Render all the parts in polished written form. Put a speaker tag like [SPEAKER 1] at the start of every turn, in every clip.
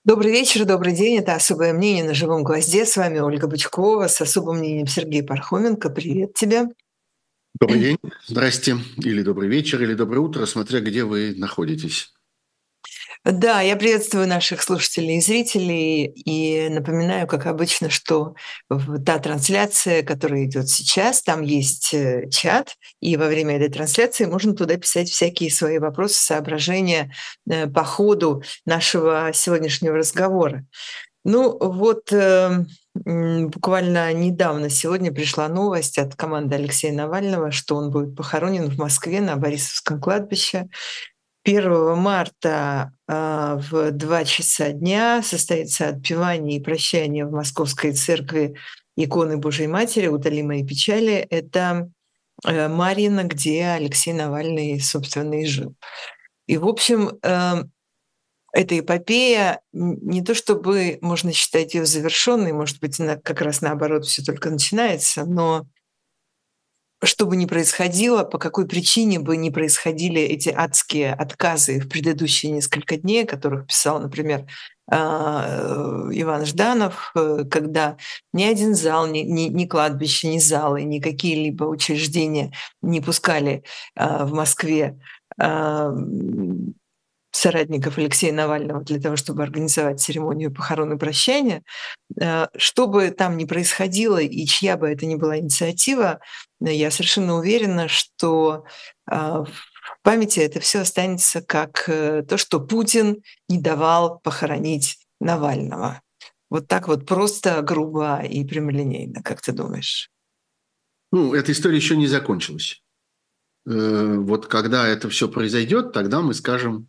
[SPEAKER 1] Добрый вечер, добрый день. Это «Особое мнение» на «Живом гвозде». С вами Ольга Бычкова, с особым мнением Сергей Пархоменко. Привет тебе.
[SPEAKER 2] Добрый день, здрасте, или добрый вечер, или доброе утро, смотря где вы находитесь.
[SPEAKER 1] Да, я приветствую наших слушателей и зрителей и напоминаю, как обычно, что та трансляция, которая идет сейчас, там есть чат, и во время этой трансляции можно туда писать всякие свои вопросы, соображения по ходу нашего сегодняшнего разговора. Ну вот, буквально недавно, сегодня пришла новость от команды Алексея Навального, что он будет похоронен в Москве на Борисовском кладбище. 1 марта в 2 часа дня состоится отпевание и прощание в Московской церкви иконы Божией Матери «Утоли мои печали». Это Марьино, где Алексей Навальный, собственно, и жил. И, в общем, эта эпопея не то чтобы можно считать ее завершенной, может быть, она как раз наоборот все только начинается, но что бы ни происходило, по какой причине бы ни происходили эти адские отказы в предыдущие несколько дней, о которых писал, например, Иван Жданов, когда ни один зал, ни кладбище, ни залы, ни какие-либо учреждения не пускали в Москве а, соратников Алексея Навального для того, чтобы организовать церемонию похорон и прощания. Что бы там ни происходило и чья бы это ни была инициатива, я совершенно уверена, что в памяти это все останется как то, что Путин не давал похоронить Навального. Вот так вот просто, грубо и прямолинейно, как ты думаешь?
[SPEAKER 2] Ну, эта история еще не закончилась. Вот когда это все произойдет, тогда мы скажем,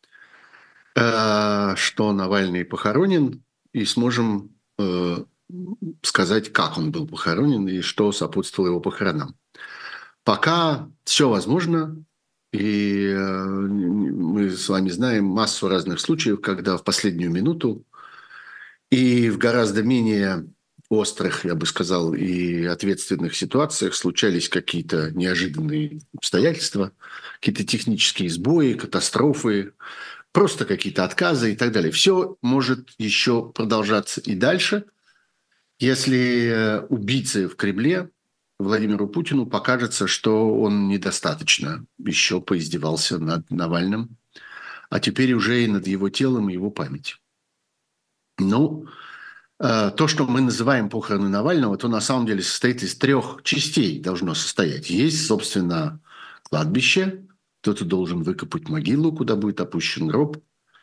[SPEAKER 2] что Навальный похоронен, и сможем сказать, как он был похоронен и что сопутствовало его похоронам. Пока все возможно, и мы с вами знаем массу разных случаев, когда в последнюю минуту и в гораздо менее острых, я бы сказал, и ответственных ситуациях случались какие-то неожиданные обстоятельства, какие-то технические сбои, катастрофы, просто какие-то отказы и так далее. Все может еще продолжаться и дальше, если убийце в Кремле Владимиру Путину покажется, что он недостаточно еще поиздевался над Навальным, а теперь уже и над его телом и его памятью. Ну, то, что мы называем похороны Навального, то на самом деле состоит из 3 частей, должно состоять. Есть, собственно, кладбище, кто-то должен выкопать могилу, куда будет опущен гроб,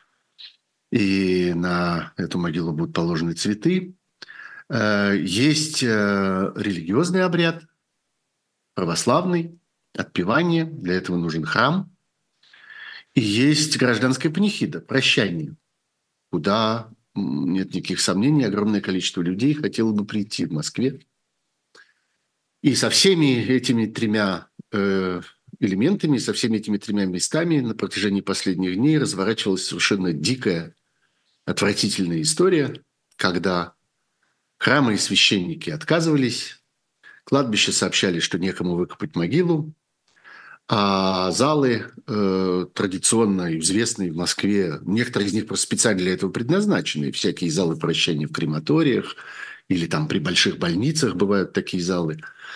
[SPEAKER 2] и на эту могилу будут положены цветы. Есть религиозный обряд, православный, отпевание, для этого нужен храм. И есть гражданская панихида, прощание, куда, нет никаких сомнений, огромное количество людей хотело бы прийти в Москве. И со всеми этими 3 элементами, со всеми этими 3 местами на протяжении последних дней разворачивалась совершенно дикая, отвратительная история, когда храмы и священники отказывались, кладбища сообщали, что некому выкопать могилу, а залы, традиционно известные в Москве, некоторые из них просто специально для этого предназначены, всякие залы прощания в крематориях или там при больших больницах бывают такие залы,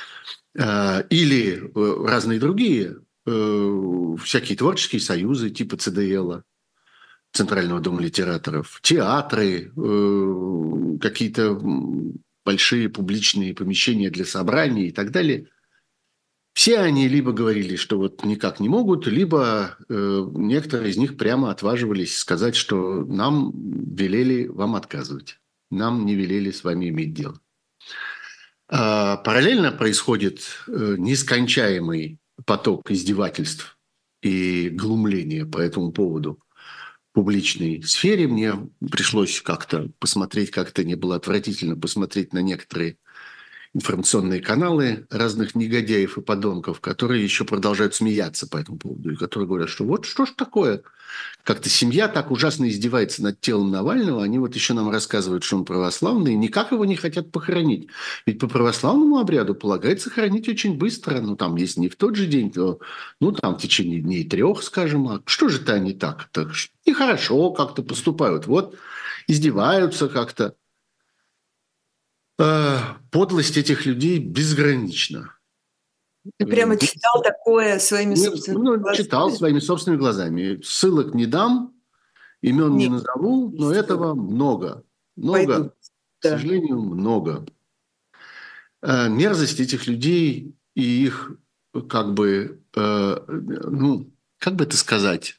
[SPEAKER 2] или разные другие, всякие творческие союзы типа ЦДЛа, Центрального дома литераторов, театры, какие-то большие публичные помещения для собраний и так далее. Все они либо говорили, что вот никак не могут, либо некоторые из них прямо отваживались сказать, что нам велели вам отказывать, нам не велели с вами иметь дело. Параллельно происходит нескончаемый поток издевательств и глумления по этому поводу в публичной сфере. Мне пришлось как-то посмотреть, как это не было отвратительно, посмотреть на некоторые информационные каналы разных негодяев и подонков, которые еще продолжают смеяться по этому поводу, и которые говорят, что вот что ж такое, как-то семья так ужасно издевается над телом Навального, они вот еще нам рассказывают, что он православный, и никак его не хотят похоронить. Ведь по православному обряду полагается хоронить очень быстро, ну там, если не в тот же день, то ну там в течение дней 3, скажем, а что же это они так? Так нехорошо как-то поступают. Вот издеваются как-то. Подлость этих людей безгранична.
[SPEAKER 1] Ты прямо читал такое своими собственными
[SPEAKER 2] Читал
[SPEAKER 1] глазами?
[SPEAKER 2] своими собственными глазами. Ссылок не дам, имен не
[SPEAKER 1] Нет,
[SPEAKER 2] назову,
[SPEAKER 1] не
[SPEAKER 2] но
[SPEAKER 1] стоит.
[SPEAKER 2] этого много.
[SPEAKER 1] Пойду.
[SPEAKER 2] Много, к
[SPEAKER 1] Да.
[SPEAKER 2] сожалению, много. Мерзость этих людей и их как бы, как бы это сказать,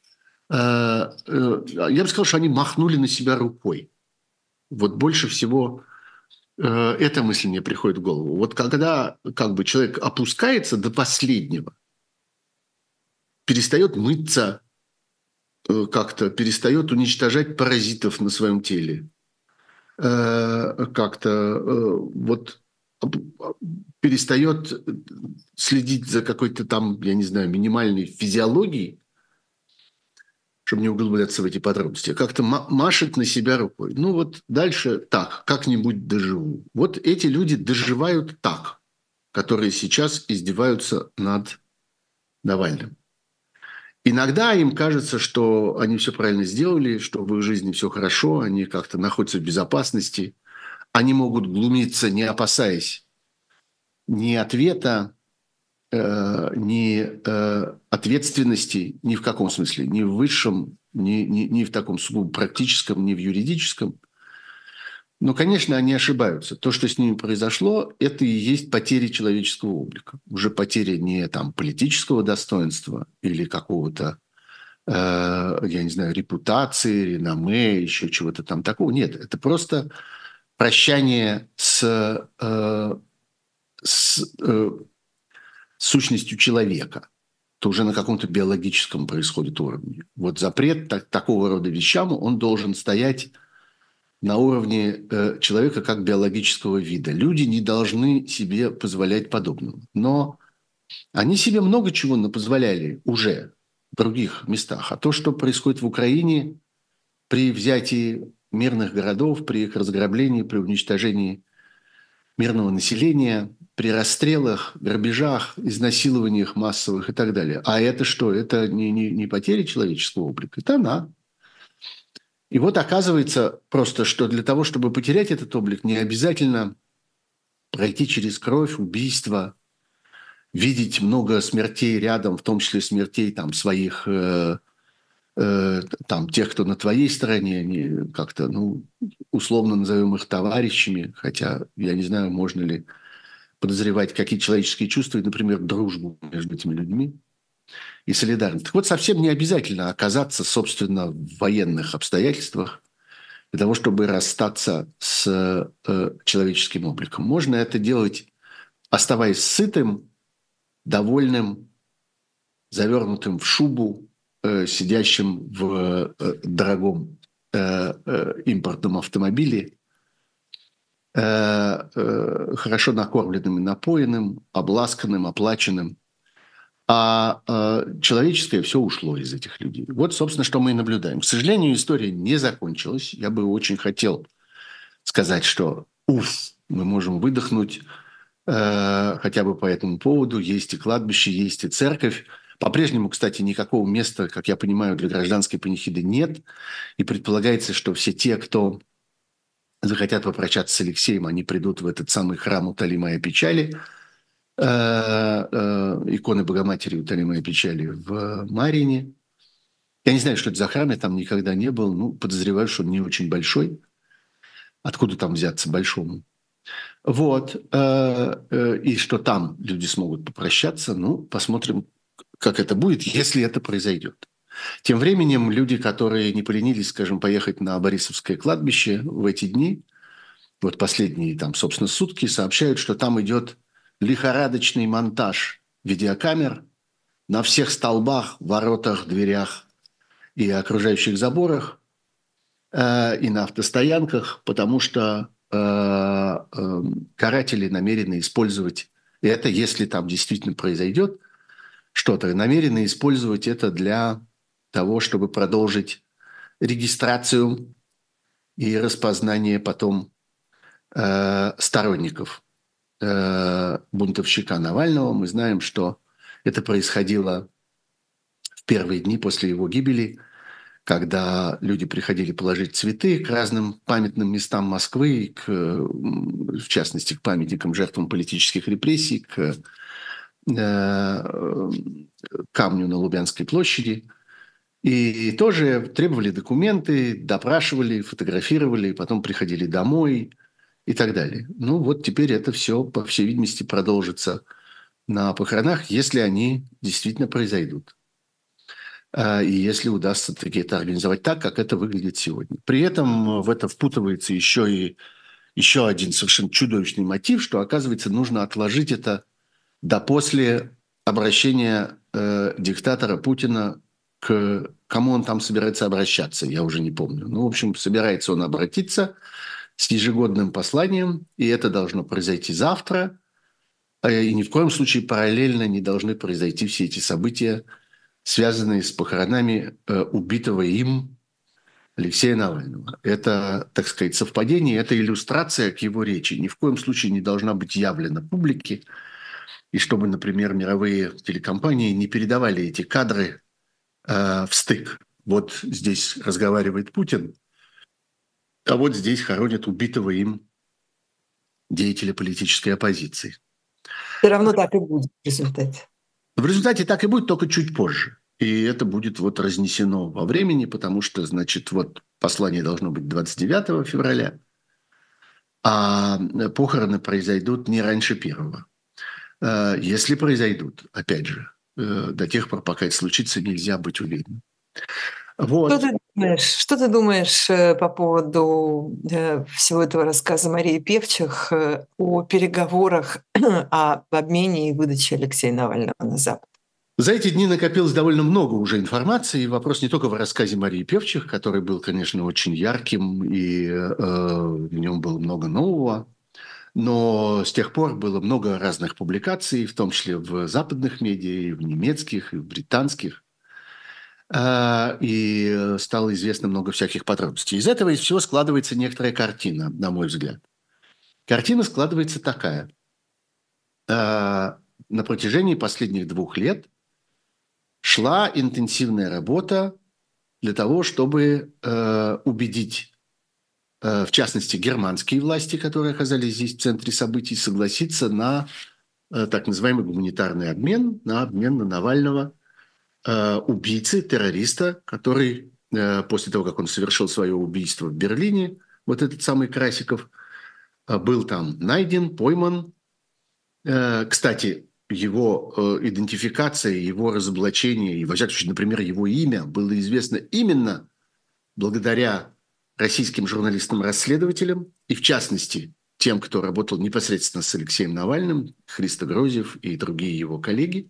[SPEAKER 2] я бы сказал, что они махнули на себя рукой. Вот больше всего эта мысль мне приходит в голову. Вот когда как бы человек опускается до последнего, перестает мыться, как-то перестает уничтожать паразитов на своем теле, как-то вот перестает следить за какой-то там, я не знаю, минимальной физиологией, чтобы не углубляться в эти подробности, как-то машет на себя рукой. Ну вот дальше так, как-нибудь доживу. Вот эти люди доживают так, которые сейчас издеваются над Навальным. Иногда им кажется, что они все правильно сделали, что в их жизни все хорошо, они как-то находятся в безопасности, они могут глумиться, не опасаясь ни ответа, ни ответственности, ни в каком смысле, ни в высшем, ни в таком сугубо практическом, ни в юридическом. Но, конечно, они ошибаются. То, что с ними произошло, это и есть потеря человеческого облика. Уже потеря не там политического достоинства или какого-то, я не знаю, репутации, реноме, еще чего-то там такого. Нет, это просто прощание с сущностью человека. Это уже на каком-то биологическом происходит уровне. Вот запрет такого рода вещам, он должен стоять на уровне человека как биологического вида. Люди не должны себе позволять подобного. Но они себе много чего напозволяли уже в других местах. А то, что происходит в Украине при взятии мирных городов, при их разграблении, при уничтожении мирного населения, при расстрелах, грабежах, изнасилованиях массовых и так далее. А это что? Это не потеря человеческого облика, это она. И вот оказывается просто, что для того, чтобы потерять этот облик, не обязательно пройти через кровь, убийство, видеть много смертей рядом, в том числе смертей там, своих, там, тех, кто на твоей стороне, они как-то, ну, условно назовем их товарищами, хотя я не знаю, можно ли подозревать, какие человеческие чувства, и, например, дружбу между этими людьми и солидарность. Так вот, совсем не обязательно оказаться, собственно, в военных обстоятельствах для того, чтобы расстаться с человеческим обликом. Можно это делать, оставаясь сытым, довольным, завернутым в шубу, сидящим в дорогом импортном автомобиле, хорошо накормленным и напоенным, обласканным, оплаченным. А человеческое все ушло из этих людей. Вот, собственно, что мы и наблюдаем. К сожалению, история не закончилась. Я бы очень хотел сказать, что мы можем выдохнуть хотя бы по этому поводу. Есть и кладбище, есть и церковь. По-прежнему, кстати, никакого места, как я понимаю, для гражданской панихиды нет. И предполагается, что все те, кто захотят попрощаться с Алексеем, они придут в этот самый храм «Утоли моя печали», иконы Богоматери «Утоли моя печали» в Марине. Я не знаю, что это за храм, я там никогда не был. Ну, подозреваю, что он не очень большой. Откуда там взяться большому? Вот. И что там люди смогут попрощаться. Ну, посмотрим, как это будет, если это произойдет. Тем временем люди, которые не поленились, скажем, поехать на Борисовское кладбище в эти дни, вот последние там, собственно, сутки, сообщают, что там идет лихорадочный монтаж видеокамер на всех столбах, воротах, дверях и окружающих заборах, и на автостоянках, потому что каратели намерены использовать это, если там действительно произойдет что-то, намерены использовать это для того, чтобы продолжить регистрацию и распознание потом сторонников бунтовщика Навального. Мы знаем, что это происходило в первые дни после его гибели, когда люди приходили положить цветы к разным памятным местам Москвы, в частности, к памятникам жертвам политических репрессий, к камню на Лубянской площади. И тоже требовали документы, допрашивали, фотографировали, потом приходили домой и так далее. Ну вот теперь это все, по всей видимости, продолжится на похоронах, если они действительно произойдут. И если удастся таки это организовать так, как это выглядит сегодня. При этом в это впутывается еще один совершенно чудовищный мотив, что, оказывается, нужно отложить это до после обращения диктатора Путина к кому он там собирается обращаться, я уже не помню. Ну, в общем, собирается он обратиться с ежегодным посланием, и это должно произойти завтра, и ни в коем случае параллельно не должны произойти все эти события, связанные с похоронами убитого им Алексея Навального. Это, так сказать, совпадение, это иллюстрация к его речи. Ни в коем случае не должна быть явлена публике, и чтобы, например, мировые телекомпании не передавали эти кадры в стык. Вот здесь разговаривает Путин, а вот здесь хоронят убитого им деятеля политической оппозиции.
[SPEAKER 1] Все равно так и будет в результате.
[SPEAKER 2] В результате так и будет, только чуть позже. И это будет вот разнесено во времени, потому что, значит, вот послание должно быть 29 февраля, а похороны произойдут не раньше 1. Если произойдут, опять же, до тех пор, пока это случится, нельзя быть уверенным. Вот.
[SPEAKER 1] Что ты думаешь по поводу всего этого рассказа Марии Певчих о переговорах об обмене и выдаче Алексея Навального на Запад?
[SPEAKER 2] За эти дни накопилось довольно много уже информации. И вопрос не только в рассказе Марии Певчих, который был, конечно, очень ярким, и в нем было много нового. Но с тех пор было много разных публикаций, в том числе в западных медиа, и в немецких, и в британских. И стало известно много всяких подробностей. Из этого из всего складывается некоторая картина, на мой взгляд. Картина складывается такая. На протяжении последних 2 лет шла интенсивная работа для того, чтобы убедить, в частности, германские власти, которые оказались здесь в центре событий, согласиться на так называемый гуманитарный обмен, на обмен на Навального, убийцы, террориста, который после того, как он совершил свое убийство в Берлине, вот этот самый Красиков, был там найден, пойман. Кстати, его идентификация, его разоблачение, и, во всяком случае, например, его имя было известно именно благодаря российским журналистам-расследователям, и в частности тем, кто работал непосредственно с Алексеем Навальным, Христо Грозев и другие его коллеги.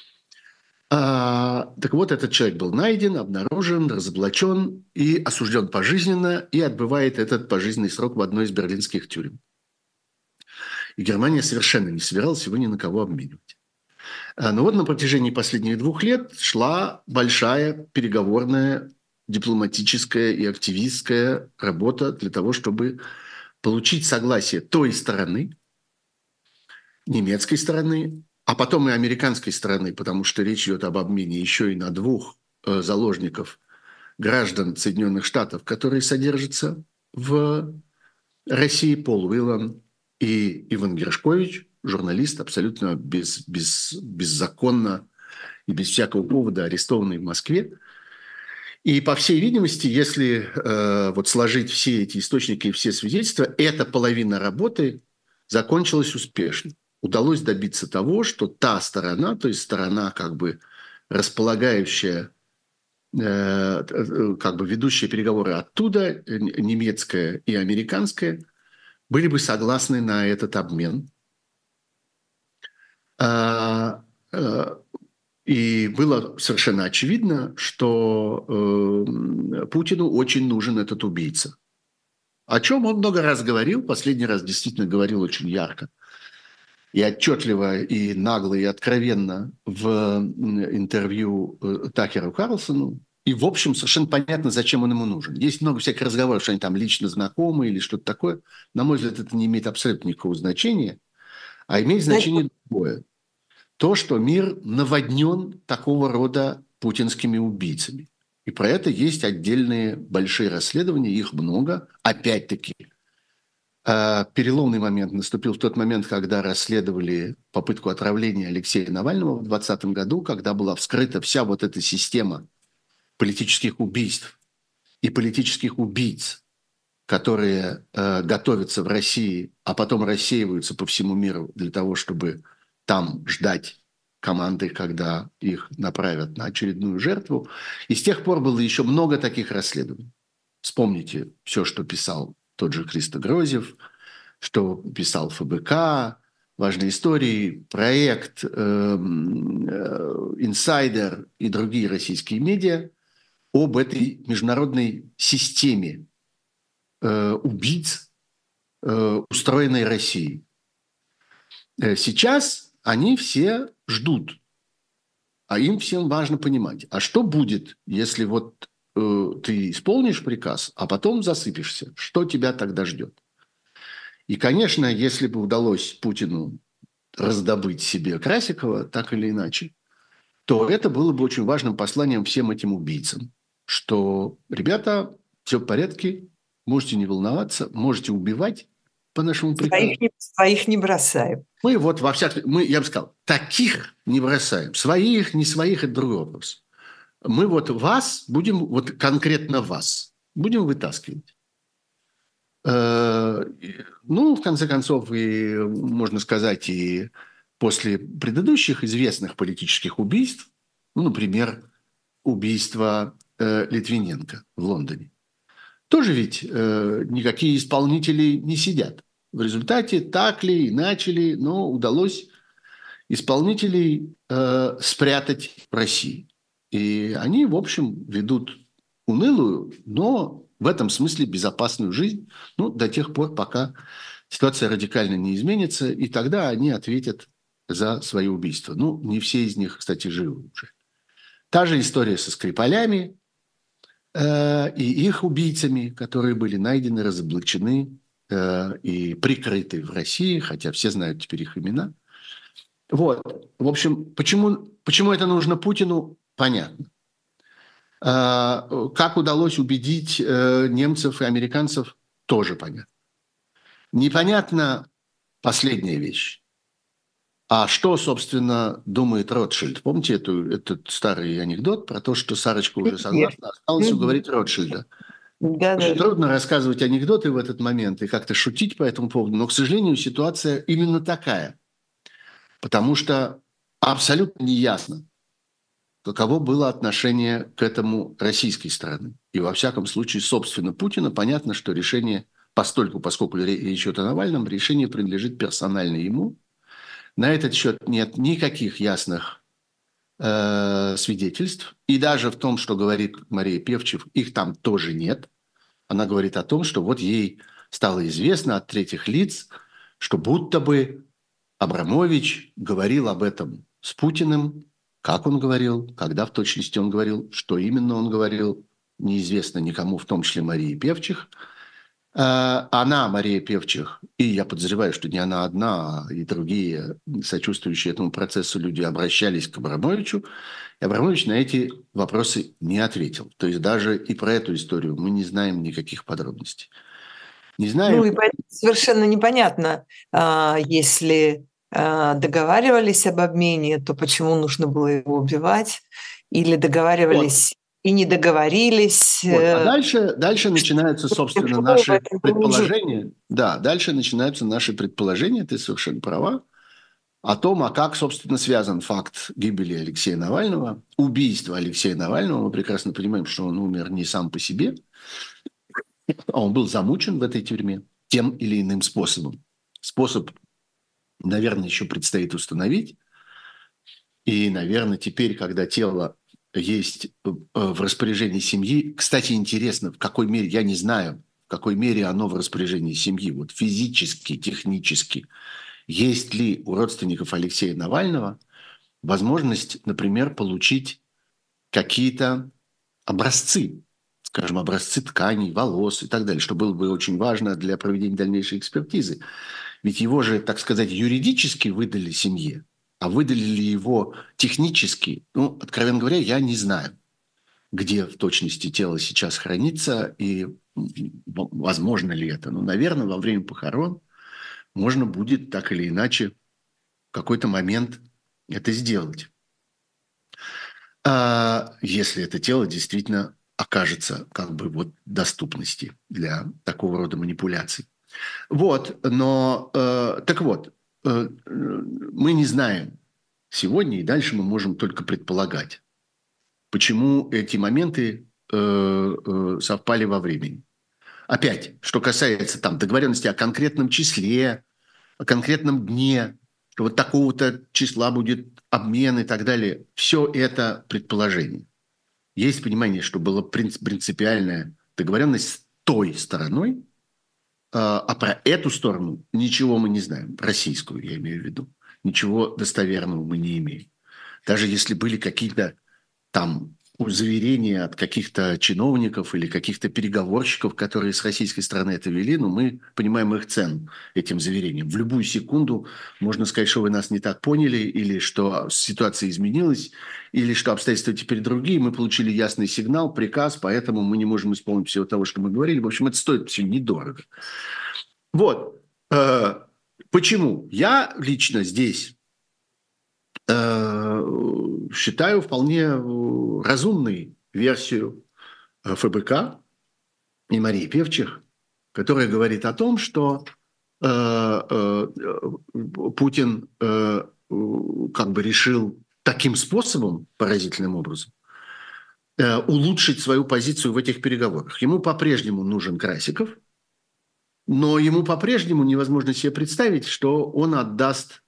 [SPEAKER 2] Так вот, этот человек был найден, обнаружен, разоблачен и осужден пожизненно, и отбывает этот пожизненный срок в одной из берлинских тюрем. И Германия совершенно не собиралась его ни на кого обменивать. Но вот на протяжении последних 2 лет шла большая переговорная, дипломатическая и активистская работа для того, чтобы получить согласие той стороны, немецкой стороны, а потом и американской стороны, потому что речь идет об обмене еще и на 2 заложников, граждан Соединенных Штатов, которые содержатся в России, Пол Уиллан и Иван Гершкович, журналист, абсолютно беззаконно и без всякого повода арестованный в Москве. И, по всей видимости, если вот сложить все эти источники и все свидетельства, эта половина работы закончилась успешно. Удалось добиться того, что та сторона, то есть сторона, как бы располагающая, как бы ведущие переговоры оттуда, немецкая и американская, были бы согласны на этот обмен. И было совершенно очевидно, что Путину очень нужен этот убийца. О чем он много раз говорил, последний раз действительно говорил очень ярко и отчетливо, и нагло, и откровенно в интервью Такеру Карлсону. И, в общем, совершенно понятно, зачем он ему нужен. Есть много всяких разговоров, что они там лично знакомы или что-то такое. На мой взгляд, это не имеет абсолютно никакого значения, а имеет значение другое. То, что мир наводнен такого рода путинскими убийцами. И про это есть отдельные большие расследования, их много. Опять-таки, переломный момент наступил в тот момент, когда расследовали попытку отравления Алексея Навального в 2020 году, когда была вскрыта вся вот эта система политических убийств и политических убийц, которые готовятся в России, а потом рассеиваются по всему миру для того, чтобы там ждать команды, когда их направят на очередную жертву. И с тех пор было еще много таких расследований. Вспомните все, что писал тот же Христо Грозев, что писал ФБК, важные истории, проект, инсайдер и другие российские медиа об этой международной системе убийц, устроенной Россией. Сейчас они все ждут, а им всем важно понимать, а что будет, если вот ты исполнишь приказ, а потом засыпешься, что тебя тогда ждет? И, конечно, если бы удалось Путину раздобыть себе Красикова, так или иначе, то это было бы очень важным посланием всем этим убийцам, что, ребята, все в порядке, можете не волноваться, можете убивать по нашему приказу.
[SPEAKER 1] Своих не бросаем.
[SPEAKER 2] Мы вот во всяком... я бы сказал, таких не бросаем. Своих, не своих – это другой вопрос. Мы вот вас будем, вот конкретно вас, будем вытаскивать. Ну, в конце концов, и, можно сказать, и после предыдущих известных политических убийств, ну, например, убийство Литвиненко в Лондоне, тоже ведь никакие исполнители не сидят. В результате так ли, иначе ли, но удалось исполнителей спрятать в России. И они, в общем, ведут унылую, но в этом смысле безопасную жизнь, ну, до тех пор, пока ситуация радикально не изменится, и тогда они ответят за свои убийства. Ну, не все из них, кстати, живы уже. Та же история со Скрипалями и их убийцами, которые были найдены, разоблачены и прикрыты в России, хотя все знают теперь их имена. Вот. В общем, почему это нужно Путину, понятно. Как удалось убедить немцев и американцев, тоже понятно. Непонятна последняя вещь. А что, собственно, думает Ротшильд? Помните этот старый анекдот про то, что Сарочка уже согласна, осталось уговорить Ротшильда? Очень трудно рассказывать анекдоты в этот момент и как-то шутить по этому поводу, но, к сожалению, ситуация именно такая. Потому что абсолютно неясно, каково было отношение к этому российской стороны. И во всяком случае, собственно, Путина, понятно, что решение, поскольку речь идет о Навальном, решение принадлежит персонально ему. На этот счет нет никаких ясных свидетельств. И даже в том, что говорит Мария Певчев, их там тоже нет. Она говорит о том, что вот ей стало известно от третьих лиц, что будто бы Абрамович говорил об этом с Путиным. Как он говорил, когда в точности он говорил, что именно он говорил, неизвестно никому, в том числе Марии Певчих. Она, Мария Певчих, и я подозреваю, что не она одна, а и другие сочувствующие этому процессу люди обращались к Абрамовичу, и Абрамович на эти вопросы не ответил. То есть даже и про эту историю мы не знаем никаких подробностей. Не знаем...
[SPEAKER 1] Ну и совершенно непонятно, если договаривались об обмене, то почему нужно было его убивать, или договаривались и не договорились.
[SPEAKER 2] Вот. А дальше начинаются, собственно, наши предположения. Да, дальше начинаются наши предположения, ты совершенно права, о том, а как, собственно, связан факт гибели Алексея Навального, убийства Алексея Навального. Мы прекрасно понимаем, что он умер не сам по себе, а он был замучен в этой тюрьме тем или иным способом. Способ, наверное, еще предстоит установить. И, наверное, теперь, когда тело есть в распоряжении семьи. Кстати, интересно, в какой мере, я не знаю, в какой мере оно в распоряжении семьи, вот физически, технически. Есть ли у родственников Алексея Навального возможность, например, получить какие-то образцы, скажем, образцы тканей, волос и так далее, что было бы очень важно для проведения дальнейшей экспертизы. Ведь его же, так сказать, юридически выдали семье. А выдали ли его технически? Ну, откровенно говоря, я не знаю. где в точности тело сейчас хранится и возможно ли это. Но, наверное, во время похорон можно будет так или иначе в какой-то момент это сделать. Если это тело действительно окажется как бы вот в доступности для такого рода манипуляций. Вот, но так вот, мы не знаем сегодня, и дальше мы можем только предполагать, почему эти моменты совпали во времени. Опять, что касается там договоренности о конкретном числе, о конкретном дне, что вот такого-то числа будет обмен и так далее, все это предположение. Есть понимание, что была принципиальная договоренность с той стороной, а про эту сторону ничего мы не знаем, российскую я имею в виду. Ничего достоверного мы не имеем. Даже если были какие-то там заверения от каких-то чиновников или каких-то переговорщиков, которые с российской стороны это вели, но мы понимаем их цену этим заверениям. В любую секунду можно сказать, что вы нас не так поняли, или что ситуация изменилась, или что обстоятельства теперь другие. Мы получили ясный сигнал, приказ, поэтому мы не можем исполнить всего того, что мы говорили. В общем, это стоит все недорого. Вот. Почему? Я лично здесь считаю вполне разумной версию ФБК и Марии Певчих, которая говорит о том, что Путин как бы решил таким способом, поразительным образом, улучшить свою позицию в этих переговорах. Ему по-прежнему нужен Красиков, но ему по-прежнему невозможно себе представить, что он отдаст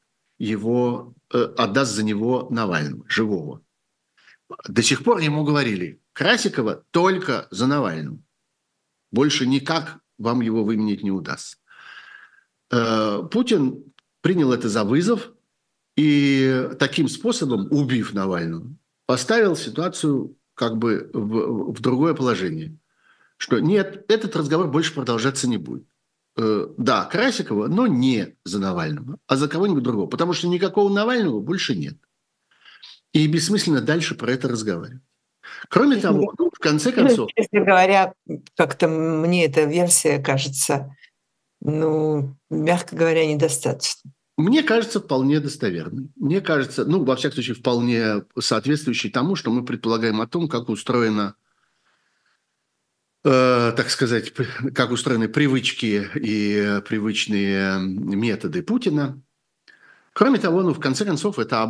[SPEAKER 2] за него Навального, живого. До сих пор ему говорили: Красикова только за Навального. Больше никак вам его выменить не удастся. Путин принял это за вызов и таким способом, убив Навального, поставил ситуацию как бы в другое положение. Что нет, этот разговор больше продолжаться не будет. Да, Красикова, но не за Навального, а за кого-нибудь другого. Потому что никакого Навального больше нет. И бессмысленно дальше про это разговаривать. Кроме того, в конце концов...
[SPEAKER 1] Честно говоря, как-то мне эта версия кажется, мягко говоря, недостаточно.
[SPEAKER 2] Мне кажется, вполне достоверной. Мне кажется, во всяком случае, вполне соответствующей тому, что мы предполагаем о том, как устроена, так сказать, как устроены привычки и привычные методы Путина. Кроме того, в конце концов, это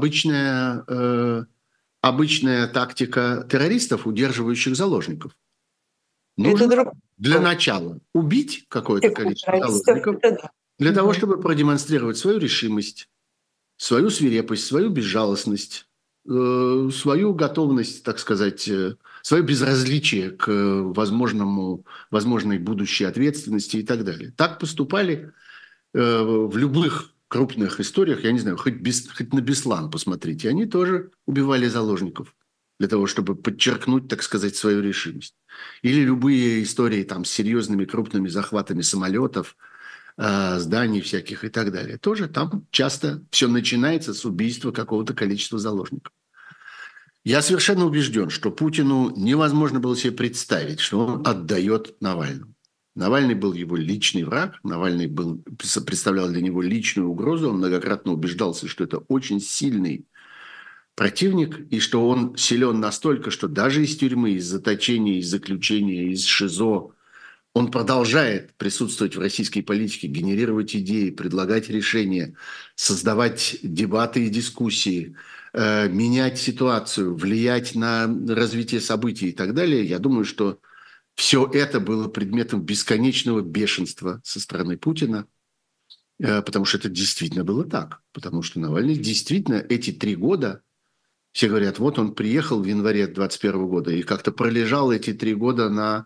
[SPEAKER 2] обычная тактика террористов, удерживающих заложников. Нужно для начала убить какое-то количество заложников для того, чтобы продемонстрировать свою решимость, свою свирепость, свою безжалостность, свою готовность, так сказать, свое безразличие к возможной будущей ответственности и так далее. Так поступали в любых крупных историях, я не знаю, хоть на Беслан посмотрите, они тоже убивали заложников для того, чтобы подчеркнуть, так сказать, свою решимость. Или любые истории там с серьезными крупными захватами самолетов, зданий всяких и так далее. Тоже там часто все начинается с убийства какого-то количества заложников. Я совершенно убежден, что Путину невозможно было себе представить, что он отдает Навальному. Навальный был его личный враг, Навальный представлял для него личную угрозу, он многократно убеждался, что это очень сильный противник, и что он силен настолько, что даже из тюрьмы, из заточения, из заключения, из ШИЗО он продолжает присутствовать в российской политике, генерировать идеи, предлагать решения, создавать дебаты и дискуссии, менять ситуацию, влиять на развитие событий и так далее. Я думаю, что все это было предметом бесконечного бешенства со стороны Путина, потому что это действительно было так. Потому что Навальный действительно эти 3 года, все говорят, вот он приехал в январе 2021 года и как-то пролежал эти 3 года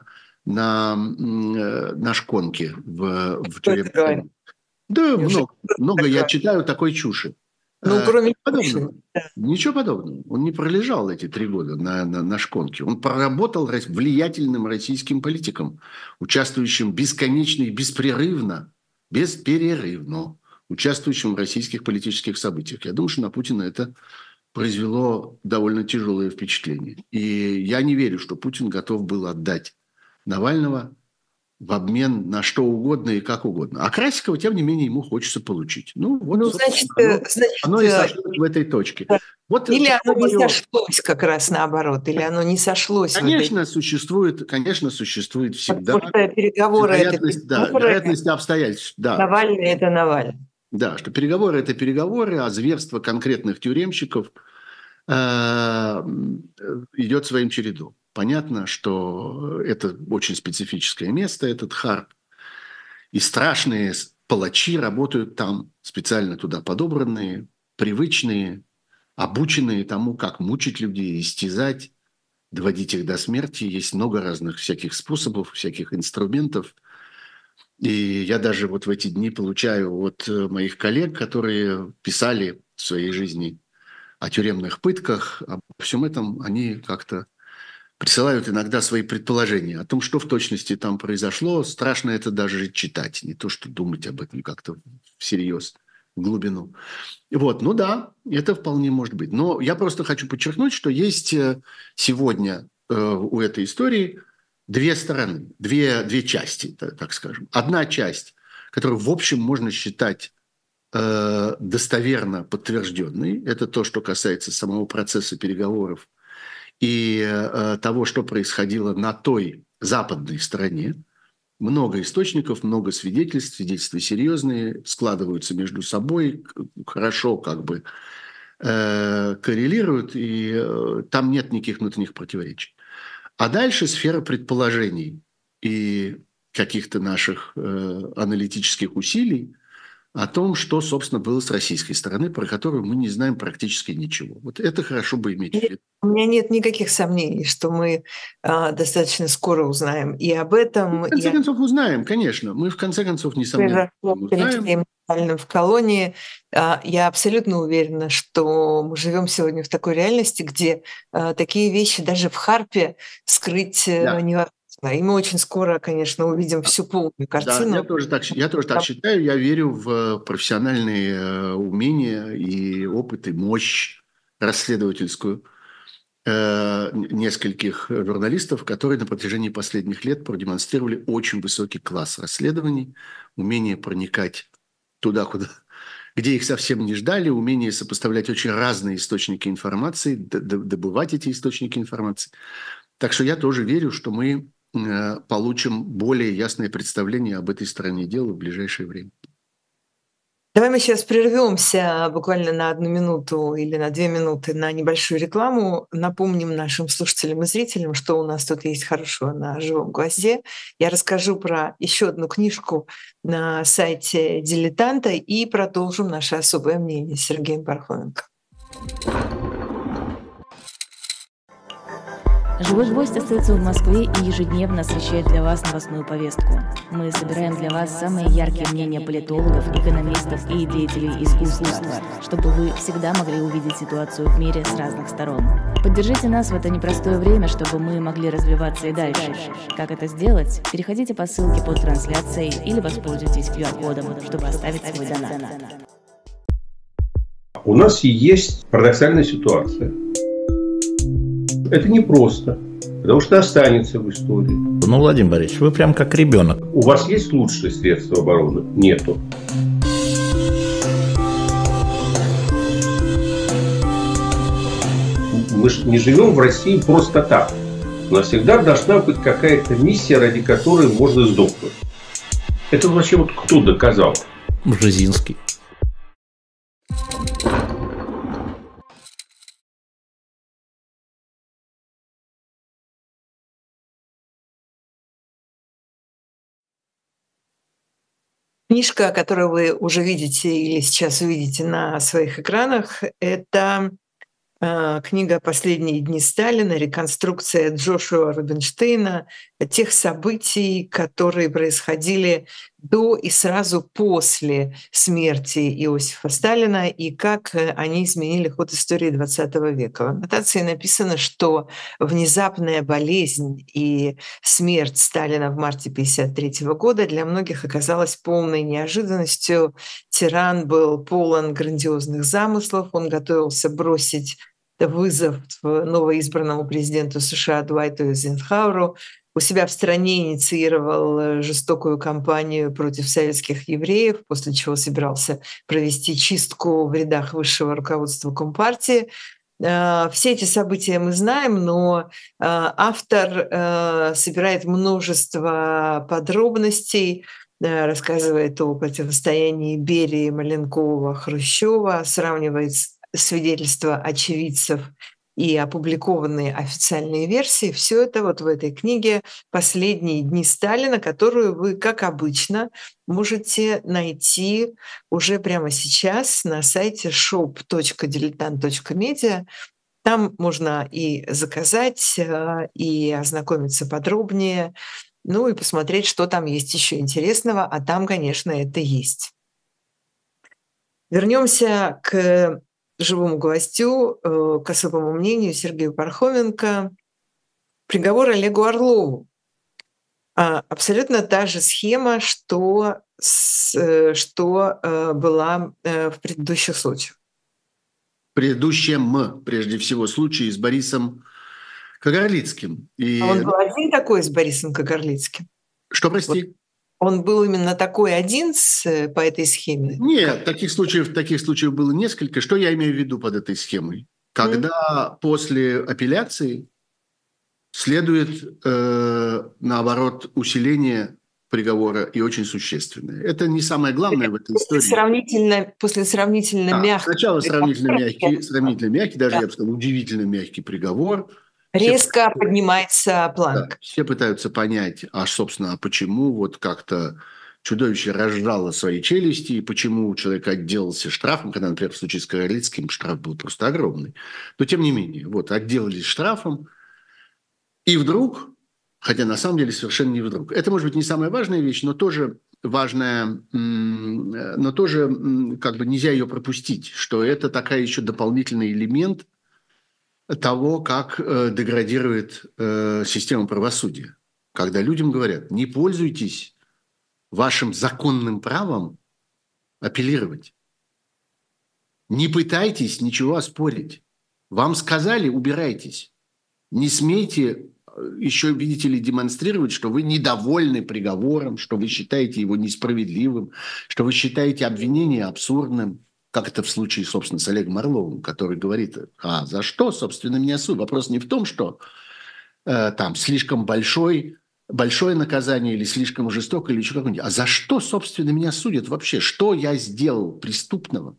[SPEAKER 2] на шконке в тюрьме. Да, много я читаю такой чуши.
[SPEAKER 1] Кроме
[SPEAKER 2] подобного. Ничего подобного. Он не пролежал эти 3 года на шконке. Он проработал влиятельным российским политиком, участвующим бесконечно и беспрерывно, бесперерывно, участвующим в российских политических событиях. Я думаю, что на Путина это произвело довольно тяжелое впечатление. И я не верю, что Путин готов был отдать Навального в обмен на что угодно и как угодно. А Красикова, тем не менее, ему хочется получить. Ну, вот,
[SPEAKER 1] Ну,
[SPEAKER 2] оно и сошлось в этой точке. Вот
[SPEAKER 1] или оно не
[SPEAKER 2] мое...
[SPEAKER 1] сошлось как раз наоборот, или оно не сошлось.
[SPEAKER 2] Конечно, существует всегда
[SPEAKER 1] Потому что переговоры – это переговоры,
[SPEAKER 2] вероятность обстоятельств. Да.
[SPEAKER 1] Навальный – это Навальный.
[SPEAKER 2] Да, что переговоры – это переговоры, а зверство конкретных тюремщиков идет своим чередом. Понятно, что это очень специфическое место, этот Харп, и страшные палачи работают там, специально туда подобранные, привычные, обученные тому, как мучить людей, истязать, доводить их до смерти. Есть много разных всяких способов, всяких инструментов. И я даже вот в эти дни получаю от моих коллег, которые писали в своей жизни о тюремных пытках, обо всем этом, они как-то присылают иногда свои предположения о том, что в точности там произошло. Страшно это даже читать, не то что думать об этом как-то всерьез, в глубину. Вот, ну да, это вполне может быть. Но я просто хочу подчеркнуть, что есть сегодня у этой истории две стороны, две части, так скажем. Одна часть, которую, в общем, можно считать достоверно подтвержденной, это то, что касается самого процесса переговоров и того, что происходило на той западной стороне. Много источников, много свидетельств, свидетельства серьезные, складываются между собой, хорошо как бы коррелируют, и там нет никаких внутренних противоречий. А дальше сфера предположений и каких-то наших аналитических усилий о том, что, собственно, было с российской стороны, про которую мы не знаем практически ничего. Вот это хорошо бы иметь в виду.
[SPEAKER 1] У меня нет никаких сомнений, что мы достаточно скоро узнаем и об этом.
[SPEAKER 2] В конце концов, узнаем, конечно. Мы, в конце концов, несомненно, узнаем.
[SPEAKER 1] В колонии. Я абсолютно уверена, что мы живем сегодня в такой реальности, где такие вещи даже в Харпе скрыть невозможно. И мы очень скоро, конечно, увидим всю полную картину.
[SPEAKER 2] Да, я тоже так считаю. Я верю в профессиональные умения и опыт, и мощь расследовательскую нескольких журналистов, которые на протяжении последних лет продемонстрировали очень высокий класс расследований, умение проникать туда, где их совсем не ждали, умение сопоставлять очень разные источники информации, добывать эти источники информации. Так что я тоже верю, что мы получим более ясное представление об этой стороне дела в ближайшее время.
[SPEAKER 1] Давай мы сейчас прервемся буквально на 1 минуту или на 2 минуты на небольшую рекламу. Напомним нашим слушателям и зрителям, что у нас тут есть хорошего на «Живом гвозде». Я расскажу про еще одну книжку на сайте «Дилетанта» и продолжим наше особое мнение с Сергеем Пархоменко.
[SPEAKER 3] «Живой гвоздь» остается в Москве и ежедневно освещает для вас новостную повестку. Мы собираем для вас самые яркие мнения политологов, экономистов и деятелей искусства, чтобы вы всегда могли увидеть ситуацию в мире с разных сторон. Поддержите нас в это непростое время, чтобы мы могли развиваться и дальше. Как это сделать? Переходите по ссылке под трансляцией или воспользуйтесь QR-кодом, чтобы оставить свой донат.
[SPEAKER 4] У нас есть парадоксальная ситуация. Это непросто, потому что останется в истории.
[SPEAKER 5] Ну, Владимир Борисович, вы прям как ребенок.
[SPEAKER 4] У вас есть лучшие средства обороны? Нету. Мы же не живем в России просто так. У нас всегда должна быть какая-то миссия, ради которой можно сдохнуть. Это вообще вот кто доказал?
[SPEAKER 5] Бжезинский.
[SPEAKER 1] Книжка, которую вы уже видите или сейчас увидите на своих экранах, это книга «Последние дни Сталина», реконструкция Джошуа Рубинштейна тех событий, которые происходили до и сразу после смерти Иосифа Сталина и как они изменили ход истории XX века. В аннотации написано, что внезапная болезнь и смерть Сталина в марте 1953 года для многих оказалась полной неожиданностью. Тиран был полон грандиозных замыслов, он готовился бросить вызов новоизбранному президенту США Дуайту Эйзенхауэру, у себя в стране инициировал жестокую кампанию против советских евреев, после чего собирался провести чистку в рядах высшего руководства Компартии. Все эти события мы знаем, но автор собирает множество подробностей, рассказывает о противостоянии Берии, Маленкова, Хрущева, сравнивает свидетельства очевидцев и опубликованные официальные версии. Все это вот в этой книге «Последние дни Сталина», которую вы, как обычно, можете найти уже прямо сейчас на сайте shop.diletant.media. Там можно и заказать, и ознакомиться подробнее, ну и посмотреть, что там есть еще интересного, а там, конечно, это есть. Вернемся к живому гвоздю, к особому мнению Сергею Пархоменко. Приговор Олегу Орлову. Абсолютно та же схема, что была в предыдущих случаях.
[SPEAKER 2] В предыдущем, прежде всего, случае с Борисом Кагарлицким.
[SPEAKER 1] Он был один такой с Борисом Кагарлицким?
[SPEAKER 2] Что, прости?
[SPEAKER 1] Вот. Он был именно такой один по этой схеме?
[SPEAKER 2] Нет, таких случаев было несколько. Что я имею в виду под этой схемой? Когда после апелляции следует, наоборот, усиление приговора и очень существенное. Это не самое главное в этой истории.
[SPEAKER 1] После сравнительно мягкого.
[SPEAKER 2] Сначала сравнительно мягкий, даже, я бы сказал, удивительно мягкий приговор.
[SPEAKER 1] Резко поднимается планка.
[SPEAKER 2] Да, все пытаются понять, собственно, почему вот как-то чудовище разжало свои челюсти, и почему человек отделался штрафом, когда, например, в случае с Кагарлицким штраф был просто огромный. Но, тем не менее, вот отделались штрафом, и вдруг, хотя на самом деле совершенно не вдруг, это, может быть, не самая важная вещь, но тоже важная, но тоже как бы нельзя ее пропустить, что это такая еще дополнительный элемент того, как деградирует система правосудия. Когда людям говорят, не пользуйтесь вашим законным правом апеллировать. Не пытайтесь ничего оспорить. Вам сказали, убирайтесь. Не смейте еще, видите ли, демонстрировать, что вы недовольны приговором, что вы считаете его несправедливым, что вы считаете обвинение абсурдным. Как это в случае, собственно, с Олегом Орловым, который говорит, за что, собственно, меня судят? Вопрос не в том, что там слишком большое наказание или слишком жестокое, или еще какое-нибудь. А за что, собственно, меня судят вообще? Что я сделал преступного?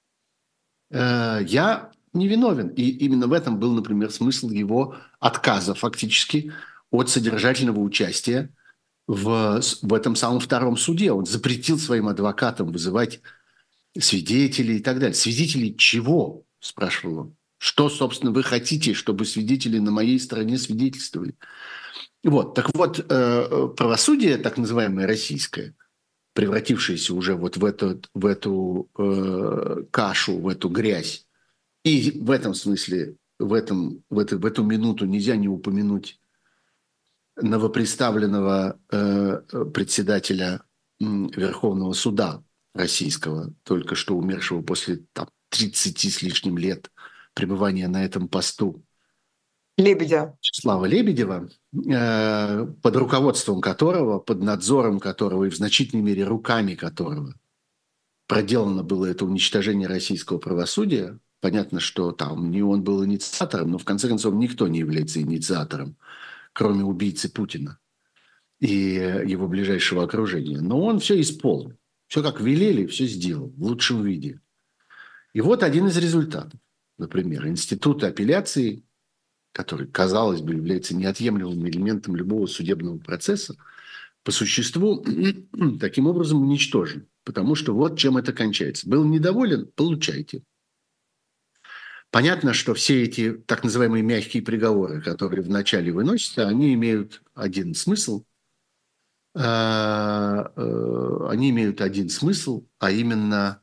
[SPEAKER 2] Я не виновен. И именно в этом был, например, смысл его отказа фактически от содержательного участия в этом самом втором суде. Он запретил своим адвокатам вызывать свидетелей и так далее. Свидетелей чего? Спрашивал он. Что, собственно, вы хотите, чтобы свидетели на моей стороне свидетельствовали? Вот. Так вот, правосудие, так называемое российское, превратившееся уже вот в эту кашу, в эту грязь, и в этом смысле, в эту минуту нельзя не упомянуть новопредставленного председателя Верховного суда российского, только что умершего после 30 с лишним лет пребывания на этом посту.
[SPEAKER 1] Лебедева.
[SPEAKER 2] Вячеслава Лебедева, под руководством которого, под надзором которого и в значительной мере руками которого проделано было это уничтожение российского правосудия. Понятно, что там не он был инициатором, но в конце концов никто не является инициатором, кроме убийцы Путина и его ближайшего окружения. Но он все исполнил. Все как велели, все сделал в лучшем виде. И вот один из результатов. Например, институт апелляции, который, казалось бы, является неотъемлемым элементом любого судебного процесса, по существу таким образом уничтожен. Потому что вот чем это кончается. Был недоволен – получайте. Понятно, что все эти так называемые мягкие приговоры, которые вначале выносятся, они имеют один смысл. они имеют один смысл, а именно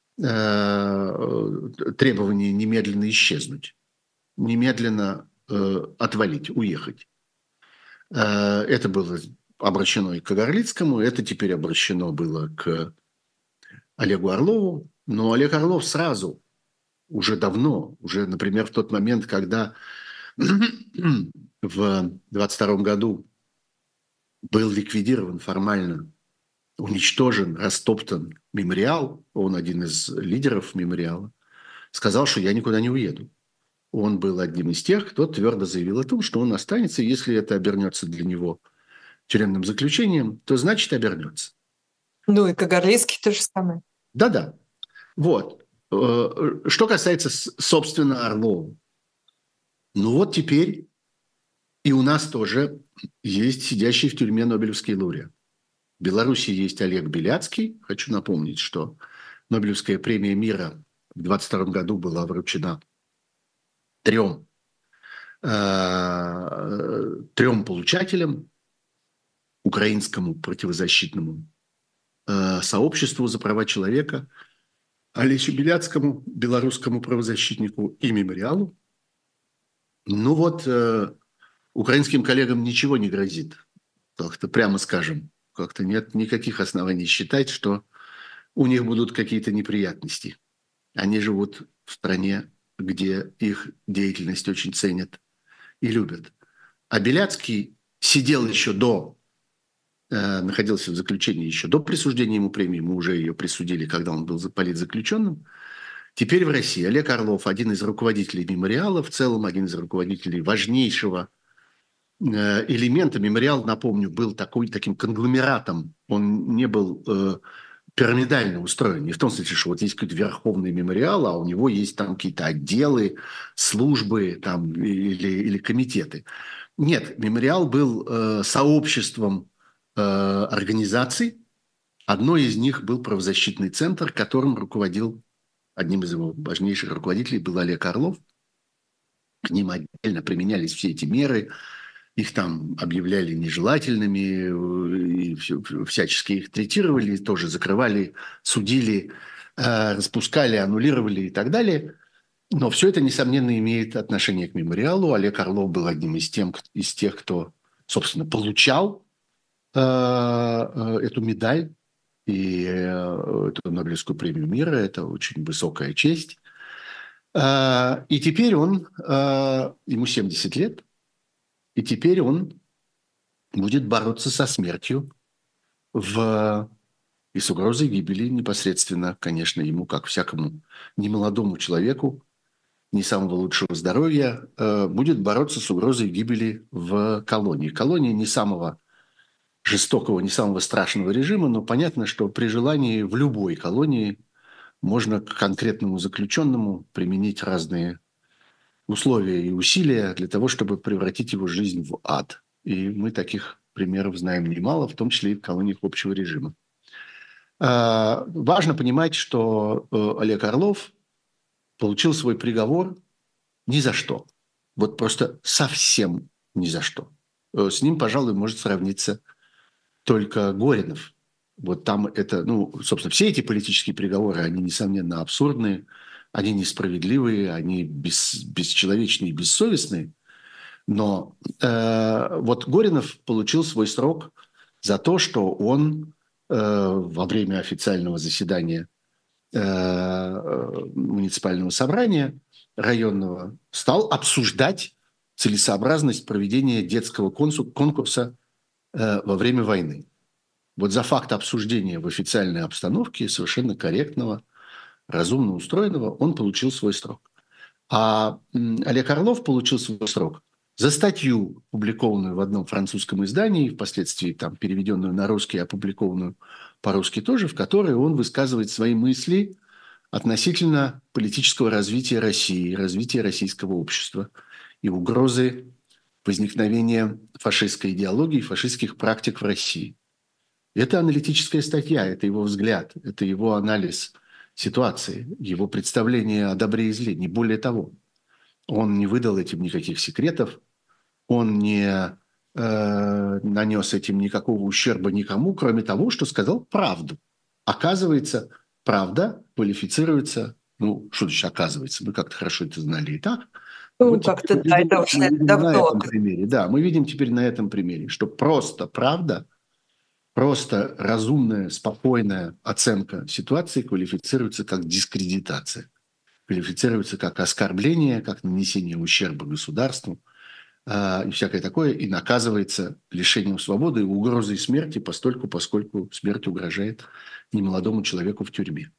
[SPEAKER 2] требование немедленно исчезнуть, немедленно отвалить, уехать. Это было обращено и к Кагарлицкому, это теперь обращено было к Олегу Орлову. Но Олег Орлов сразу, уже давно, уже, например, в тот момент, когда в 22 году был ликвидирован формально, уничтожен, растоптан мемориал, он один из лидеров мемориала, сказал, что я никуда не уеду. Он был одним из тех, кто твердо заявил о том, что он останется, если это обернется для него тюремным заключением, то значит обернется.
[SPEAKER 1] Ну и Кагарлицкий то же самое.
[SPEAKER 2] Да-да. Вот. Что касается, собственно, Орлова. Ну вот теперь и у нас тоже есть сидящий в тюрьме Нобелевский лауреат. В Беларуси есть Олег Беляцкий. Хочу напомнить, что Нобелевская премия мира в 2022 году была вручена трем получателям: украинскому противозащитному сообществу за права человека, Олесю Беляцкому, белорусскому правозащитнику и мемориалу. Ну вот, украинским коллегам ничего не грозит. Как-то прямо скажем, как-то нет никаких оснований считать, что у них будут какие-то неприятности. Они живут в стране, где их деятельность очень ценят и любят. А Беляцкий сидел еще находился в заключении еще до присуждения ему премии. Мы уже ее присудили, когда он был политзаключенным. Теперь в России Олег Орлов, один из руководителей мемориала, в целом один из руководителей важнейшего элемента. Мемориал, напомню, был таким конгломератом. Он не был пирамидально устроен. Не в том смысле, что вот есть какой-то верховный мемориал, а у него есть там какие-то отделы, службы там, или комитеты. Нет, мемориал был сообществом организаций. Одной из них был правозащитный центр, которым руководил, одним из его важнейших руководителей был Олег Орлов. К ним отдельно применялись все эти меры. Их там объявляли нежелательными, и всячески их третировали, тоже закрывали, судили, распускали, аннулировали и так далее. Но все это, несомненно, имеет отношение к мемориалу. Олег Орлов был одним из тех, кто, собственно, получал эту медаль и эту Нобелевскую премию мира. Это очень высокая честь. И теперь ему 70 лет, и теперь он будет бороться со смертью и с угрозой гибели непосредственно, конечно, ему, как всякому немолодому человеку, не самого лучшего здоровья, будет бороться с угрозой гибели в колонии. Колония не самого жестокого, не самого страшного режима, но понятно, что при желании в любой колонии можно к конкретному заключенному применить разные условия и усилия для того, чтобы превратить его жизнь в ад. И мы таких примеров знаем немало, в том числе и в колониях общего режима. Важно понимать, что Олег Орлов получил свой приговор ни за что. Вот просто совсем ни за что. С ним, пожалуй, может сравниться только Горинов. Вот там это, собственно, все эти политические приговоры, они, несомненно, абсурдные, они несправедливые, они бесчеловечные и бессовестные. Но вот Горинов получил свой срок за то, что он во время официального заседания муниципального собрания районного стал обсуждать целесообразность проведения детского конкурса во время войны. Вот за факт обсуждения в официальной обстановке, совершенно корректного, разумно устроенного, он получил свой срок. А Олег Орлов получил свой срок за статью, опубликованную в одном французском издании, впоследствии там переведенную на русский, опубликованную по-русски тоже, в которой он высказывает свои мысли относительно политического развития России, развития российского общества и угрозы возникновения фашистской идеологии, фашистских практик в России. Это аналитическая статья, это его взгляд, это его анализ ситуации, его представление о добре и зле, не более того. Он не выдал этим никаких секретов, он не нанес этим никакого ущерба никому, кроме того, что сказал правду. Оказывается, правда квалифицируется, ну, что значит оказывается, мы как-то хорошо это знали и так.
[SPEAKER 1] Ну,
[SPEAKER 2] Вот
[SPEAKER 1] как-то
[SPEAKER 2] мы
[SPEAKER 1] да,
[SPEAKER 2] видим,
[SPEAKER 1] это очень
[SPEAKER 2] мы видим на
[SPEAKER 1] давно.
[SPEAKER 2] этом примере. Да, мы видим теперь на этом примере, что просто правда, просто разумная, спокойная оценка ситуации квалифицируется как дискредитация, квалифицируется как оскорбление, как нанесение ущерба государству и всякое такое, и наказывается лишением свободы и угрозой смерти, поскольку смерть угрожает немолодому человеку в тюрьме.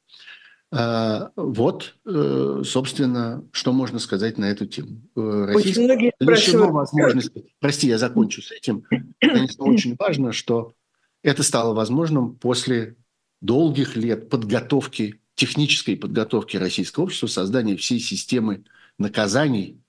[SPEAKER 2] Вот, собственно, что можно сказать на эту тему.
[SPEAKER 1] Очень многие
[SPEAKER 2] лишено
[SPEAKER 1] спрашивают.
[SPEAKER 2] возможности. Прости, я закончу с этим. Конечно, очень важно, что это стало возможным после долгих лет подготовки, технической подготовки российского общества, создания всей системы наказаний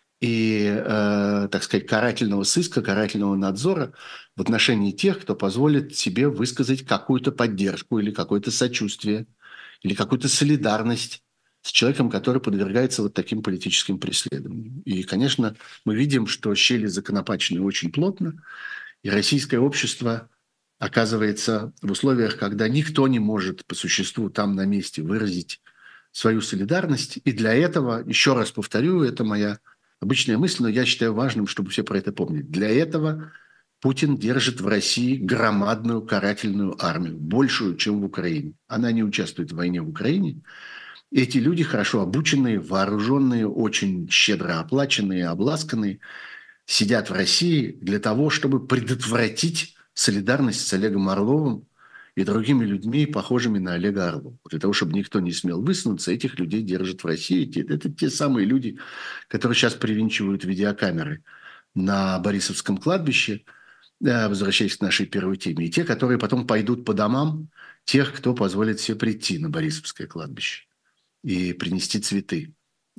[SPEAKER 2] и, так сказать, карательного сыска, карательного надзора в отношении тех, кто позволит себе высказать какую-то поддержку или какое-то сочувствие, или какую-то солидарность с человеком, который подвергается вот таким политическим преследованиям. И, конечно, мы видим, что щели законопачены очень плотно, и российское общество оказывается в условиях, когда никто не может по существу там на месте выразить свою солидарность. И для этого, еще раз повторю, это моя обычная мысль, но я считаю важным, чтобы все про это помнили. Для этого Путин держит в России громадную карательную армию, большую, чем в Украине. Она не участвует в войне в Украине. Эти люди хорошо обученные, вооруженные, очень щедро оплаченные, обласканные, сидят в России для того, чтобы предотвратить солидарность с Олегом Орловым и другими людьми, похожими на Олега Орлова. Для того, чтобы никто не смел высунуться, этих людей держат в России. Это те самые люди, которые сейчас привинчивают видеокамеры на Борисовском кладбище, возвращаясь к нашей первой теме, и те, которые потом пойдут по домам тех, кто позволит себе прийти на Борисовское кладбище и принести цветы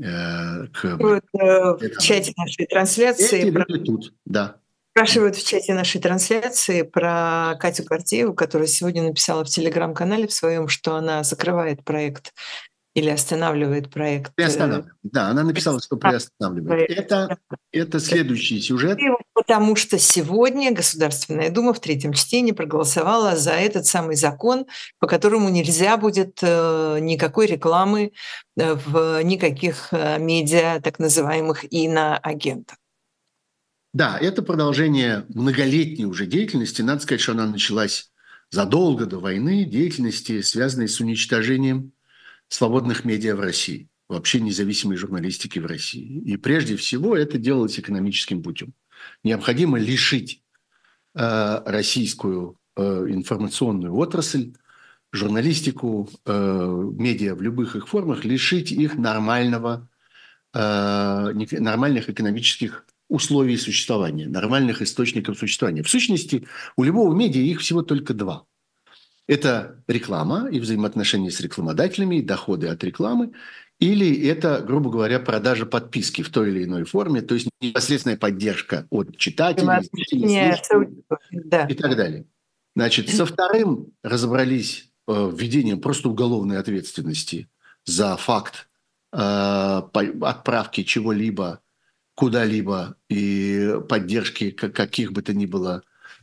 [SPEAKER 2] к...
[SPEAKER 1] Вот, в чате нашей трансляции...
[SPEAKER 2] Эти люди тут, да.
[SPEAKER 1] Спрашивают в чате нашей трансляции про Катю Гордееву, которая сегодня написала в Телеграм-канале в своем, что она закрывает проект или останавливает проект.
[SPEAKER 2] Приостанавливает. Да, она написала, что приостанавливает. Это следующий сюжет.
[SPEAKER 1] Потому что сегодня Государственная Дума в третьем чтении проголосовала за этот самый закон, по которому нельзя будет никакой рекламы в никаких медиа, так называемых иноагентов.
[SPEAKER 2] Да, это продолжение многолетней уже деятельности. Надо сказать, что она началась задолго до войны, деятельности, связанной с уничтожением свободных медиа в России, вообще независимой журналистики в России. И прежде всего это делалось экономическим путем. Необходимо лишить российскую информационную отрасль, журналистику, медиа в любых их формах, лишить их нормальных экономических условий существования, нормальных источников существования. В сущности, у любого медиа их всего только два. Это реклама и взаимоотношения с рекламодателями, и доходы от рекламы, или это, грубо говоря, продажа подписки в той или иной форме, то есть непосредственная поддержка от читателей, и так далее. Значит, со вторым разобрались введением просто уголовной ответственности за факт отправки чего-либо куда-либо и поддержки каких бы то ни было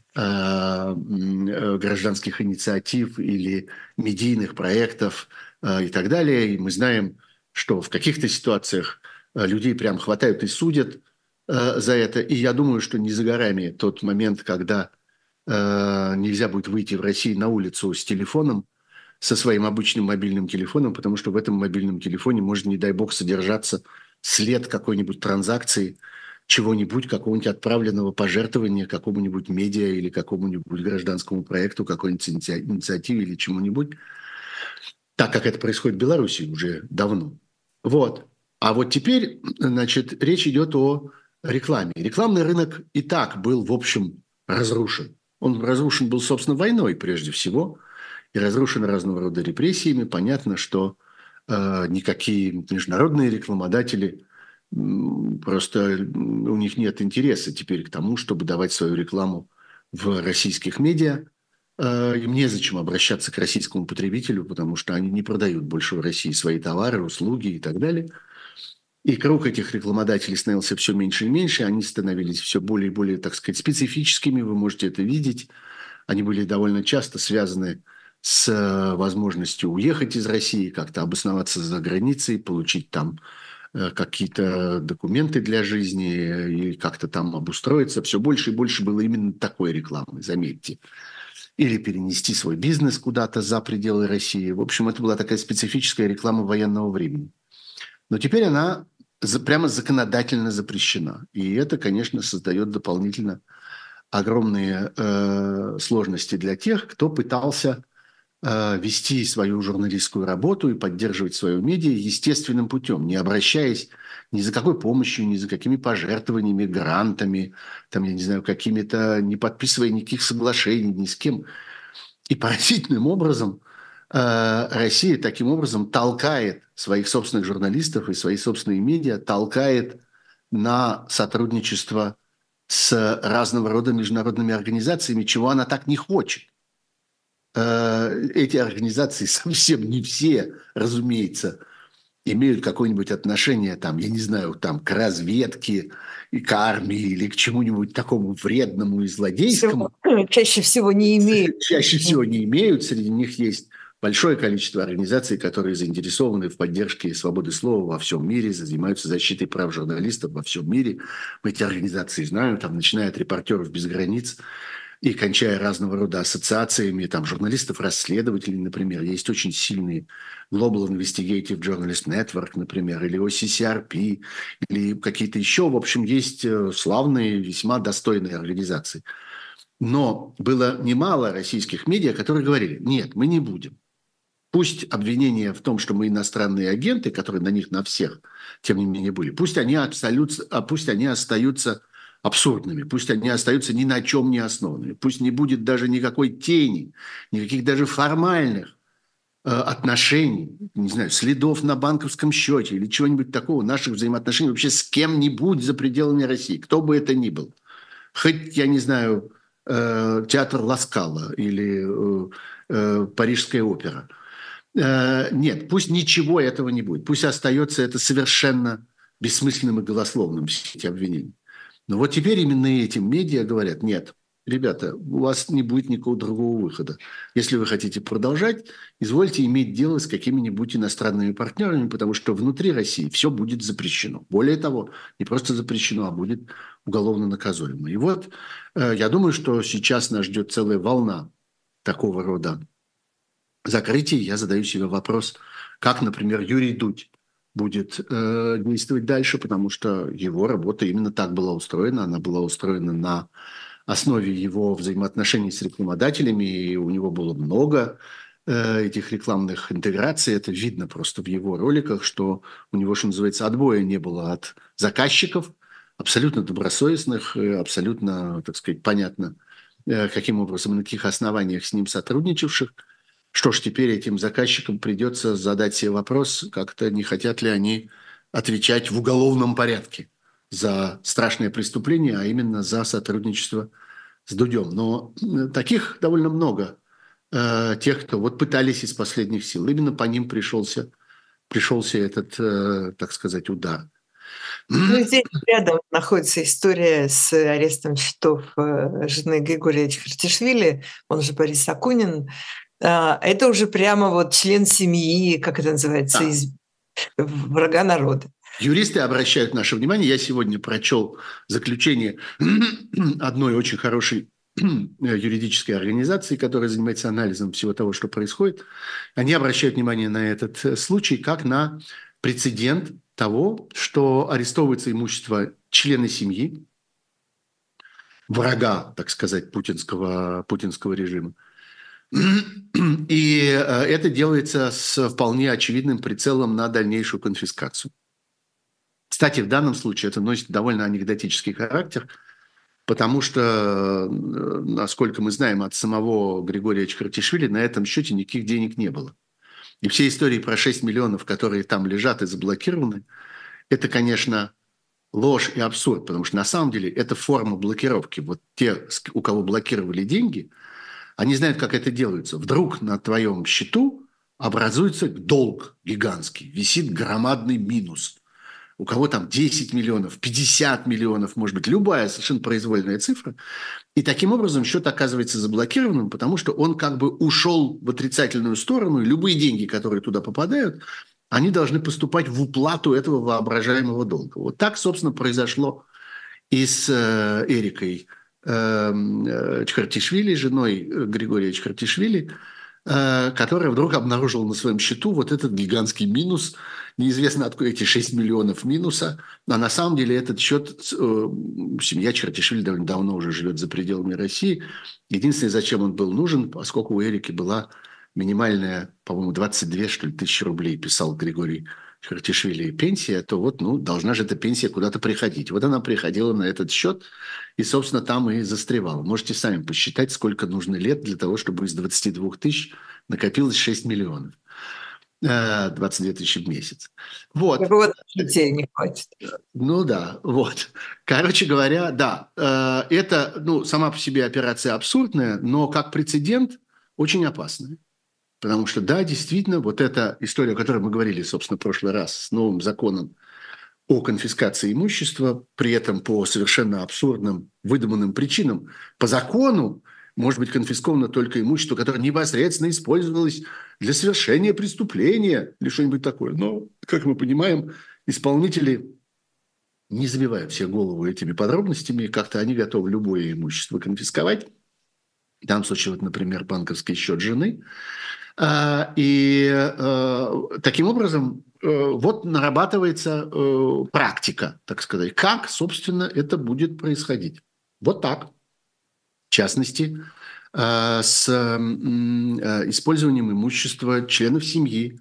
[SPEAKER 2] гражданских инициатив или медийных проектов и так далее. И мы знаем, что в каких-то ситуациях людей прям хватают и судят за это. И я думаю, что не за горами тот момент, когда нельзя будет выйти в России на улицу с телефоном, со своим обычным мобильным телефоном, потому что в этом мобильном телефоне может, не дай бог, содержаться след какой-нибудь транзакции, чего-нибудь, какого-нибудь отправленного пожертвования какому-нибудь медиа или какому-нибудь гражданскому проекту, какой-нибудь инициативе или чему-нибудь, так как это происходит в Беларуси уже давно. Вот. А вот теперь, значит, речь идет о рекламе. Рекламный рынок и так был, в общем, разрушен. Он разрушен был, собственно, войной прежде всего, и разрушен разного рода репрессиями. Понятно, что никакие международные рекламодатели, просто у них нет интереса теперь к тому, чтобы давать свою рекламу в российских медиа. Им незачем обращаться к российскому потребителю, потому что они не продают больше в России свои товары, услуги и так далее. И круг этих рекламодателей становился все меньше и меньше, они становились все более и более, так сказать, специфическими, вы можете это видеть. Они были довольно часто связаны с возможностью уехать из России, как-то обосноваться за границей, получить там какие-то документы для жизни и как-то там обустроиться. Все больше и больше было именно такой рекламы, заметьте. Или перенести свой бизнес куда-то за пределы России. В общем, это была такая специфическая реклама военного времени. Но теперь она прямо законодательно запрещена. И это, конечно, создает дополнительно огромные сложности для тех, кто пытался вести свою журналистскую работу и поддерживать свою медиа естественным путем, не обращаясь ни за какой помощью, ни за какими пожертвованиями, грантами, там, я не знаю, какими-то, не подписывая никаких соглашений ни с кем. И поразительным образом Россия таким образом толкает своих собственных журналистов и свои собственные медиа, толкает на сотрудничество с разного рода международными организациями, чего она так не хочет. Эти организации совсем не все, разумеется, имеют какое-нибудь отношение, там, я не знаю, там, к разведке, и к армии или к чему-нибудь такому вредному и злодейскому.
[SPEAKER 1] Чаще всего не имеют.
[SPEAKER 2] Чаще всего не имеют. Среди них есть большое количество организаций, которые заинтересованы в поддержке свободы слова во всем мире, занимаются защитой прав журналистов во всем мире. Мы эти организации знаем, там, начиная от «Репортеров без границ» и кончая разного рода ассоциациями, там, журналистов-расследователей, например. Есть очень сильные Global Investigative Journalist Network, например, или OCCRP, или какие-то еще. В общем, есть славные, весьма достойные организации. Но было немало российских медиа, которые говорили: нет, мы не будем. Пусть обвинения в том, что мы иностранные агенты, которые на них на всех, тем не менее, были, пусть они остаются абсурдными, пусть они остаются ни на чем не основанными, пусть не будет даже никакой тени, никаких даже формальных отношений, не знаю, следов на банковском счете или чего-нибудь такого, наших взаимоотношений вообще с кем-нибудь за пределами России, кто бы это ни был. Хоть, я не знаю, театр Ла Скала или Парижская опера. Нет, пусть ничего этого не будет. Пусть остается это совершенно бессмысленным и голословным, все эти обвинения. Но вот теперь именно этим медиа говорят: нет, ребята, у вас не будет никакого другого выхода. Если вы хотите продолжать, извольте иметь дело с какими-нибудь иностранными партнерами, потому что внутри России все будет запрещено. Более того, не просто запрещено, а будет уголовно наказуемо. И вот я думаю, что сейчас нас ждет целая волна такого рода закрытий. Я задаю себе вопрос, как, например, Юрий Дудь будет действовать дальше, потому что его работа именно так была устроена. Она была устроена на основе его взаимоотношений с рекламодателями, и у него было много этих рекламных интеграций. Это видно просто в его роликах, что у него, что называется, отбоя не было от заказчиков, абсолютно добросовестных, абсолютно, так сказать, понятно, каким образом и на каких основаниях с ним сотрудничавших. Что ж, теперь этим заказчикам придется задать себе вопрос, как-то не хотят ли они отвечать в уголовном порядке за страшное преступление, а именно за сотрудничество с Дудем. Но таких довольно много, тех, кто вот пытались из последних сил. Именно по ним пришелся этот, так сказать, удар.
[SPEAKER 1] Ну, здесь рядом находится история с арестом счетов жены Григория Чхартишвили, он же Борис Акунин. Это уже прямо вот член семьи, как это называется, из врага народа.
[SPEAKER 2] Юристы обращают наше внимание. Я сегодня прочел заключение одной очень хорошей юридической организации, которая занимается анализом всего того, что происходит. Они обращают внимание на этот случай как на прецедент того, что арестовывается имущество члена семьи, врага, так сказать, путинского режима. И это делается с вполне очевидным прицелом на дальнейшую конфискацию. Кстати, в данном случае это носит довольно анекдотический характер, потому что, насколько мы знаем, от самого Григория Чхартишвили на этом счете никаких денег не было. И все истории про 6 миллионов, которые там лежат и заблокированы, это, конечно, ложь и абсурд, потому что на самом деле это форма блокировки. Вот те, у кого блокировали деньги, они знают, как это делается. Вдруг на твоем счету образуется долг гигантский, висит громадный минус. у кого там 10 миллионов, 50 миллионов, может быть, любая совершенно произвольная цифра. И таким образом счет оказывается заблокированным, потому что он как бы ушел в отрицательную сторону, и любые деньги, которые туда попадают, они должны поступать в уплату этого воображаемого долга. Вот так, собственно, произошло и с Эрикой Чхартишвили, женой Григория Чхартишвили, которая вдруг обнаружила на своем счету вот этот гигантский минус. Неизвестно, откуда эти 6 миллионов минуса. А на самом деле этот счет, семья Чхартишвили довольно давно уже живет за пределами России. Единственное, зачем он был нужен, поскольку у Эрики была минимальная, по-моему, 22, что ли, тысячи рублей, писал Григорий Чхартишвили, пенсия, то вот, должна же эта пенсия куда-то приходить. Вот она приходила на этот счет и, собственно, там и застревала. Можете сами посчитать, сколько нужно лет для того, чтобы из 22 тысяч накопилось 6 миллионов. 22 тысячи в месяц. Вот.
[SPEAKER 1] Вот детей не хватит.
[SPEAKER 2] Ну да, вот. Короче говоря, да, это, сама по себе операция абсурдная, но как прецедент очень опасная. Потому что, да, действительно, вот эта история, о которой мы говорили, собственно, в прошлый раз, с новым законом о конфискации имущества, при этом по совершенно абсурдным, выдуманным причинам. По закону может быть конфисковано только имущество, которое непосредственно использовалось для совершения преступления или что-нибудь такое. Но, как мы понимаем, исполнители не забивают себе голову этими подробностями, как-то они готовы любое имущество конфисковать. В данном случае, вот, например, банковский счет жены. И таким образом вот нарабатывается практика, так сказать, как, собственно, это будет происходить. Вот так. В частности, с использованием имущества членов семьи,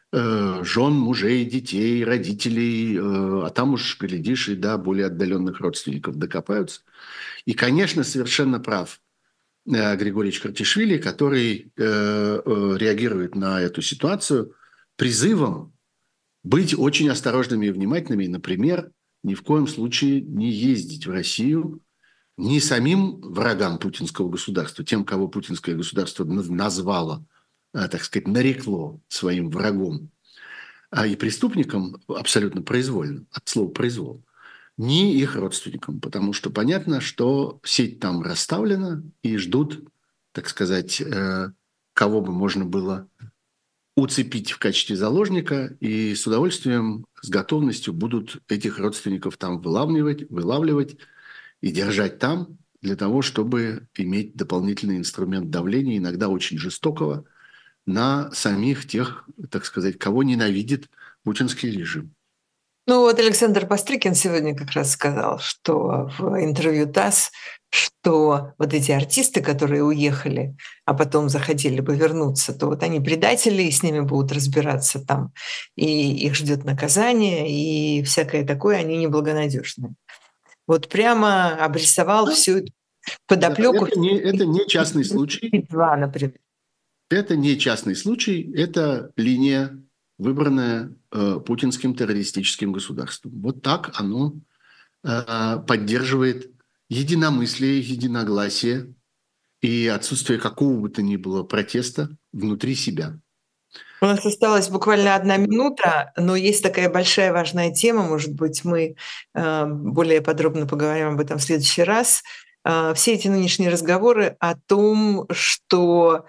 [SPEAKER 2] жен, мужей, детей, родителей, а там уж, глядишь, и до более отдаленных родственников докопаются. И, конечно, совершенно прав Григорий Чхартишвили, который реагирует на эту ситуацию призывом быть очень осторожными и внимательными. Например, ни в коем случае не ездить в Россию ни самим врагам путинского государства, тем, кого путинское государство назвало, так сказать, нарекло своим врагом и преступникам абсолютно произвольно, от слова «произвол», ни их родственникам, потому что понятно, что сеть там расставлена и ждут, так сказать, кого бы можно было уцепить в качестве заложника, и с удовольствием, с готовностью будут этих родственников там вылавливать и держать там для того, чтобы иметь дополнительный инструмент давления, иногда очень жестокого, на самих тех, так сказать, кого ненавидит путинский режим.
[SPEAKER 1] Ну вот Александр Бастрыкин сегодня как раз сказал, что в интервью ТАСС, что вот эти артисты, которые уехали, а потом захотели бы вернуться, то вот они предатели, и с ними будут разбираться там, и их ждет наказание, и всякое такое, они неблагонадежные. Вот прямо обрисовал всю эту подоплеку.
[SPEAKER 2] Это не частный случай.
[SPEAKER 1] Два, например.
[SPEAKER 2] Это не частный случай, это линия, выбранная путинским террористическим государством. Вот так оно поддерживает единомыслие, единогласие и отсутствие какого бы то ни было протеста внутри себя.
[SPEAKER 1] У нас осталась буквально 1 минута, но есть такая большая важная тема, может быть, мы более подробно поговорим об этом в следующий раз. Все эти нынешние разговоры о том, что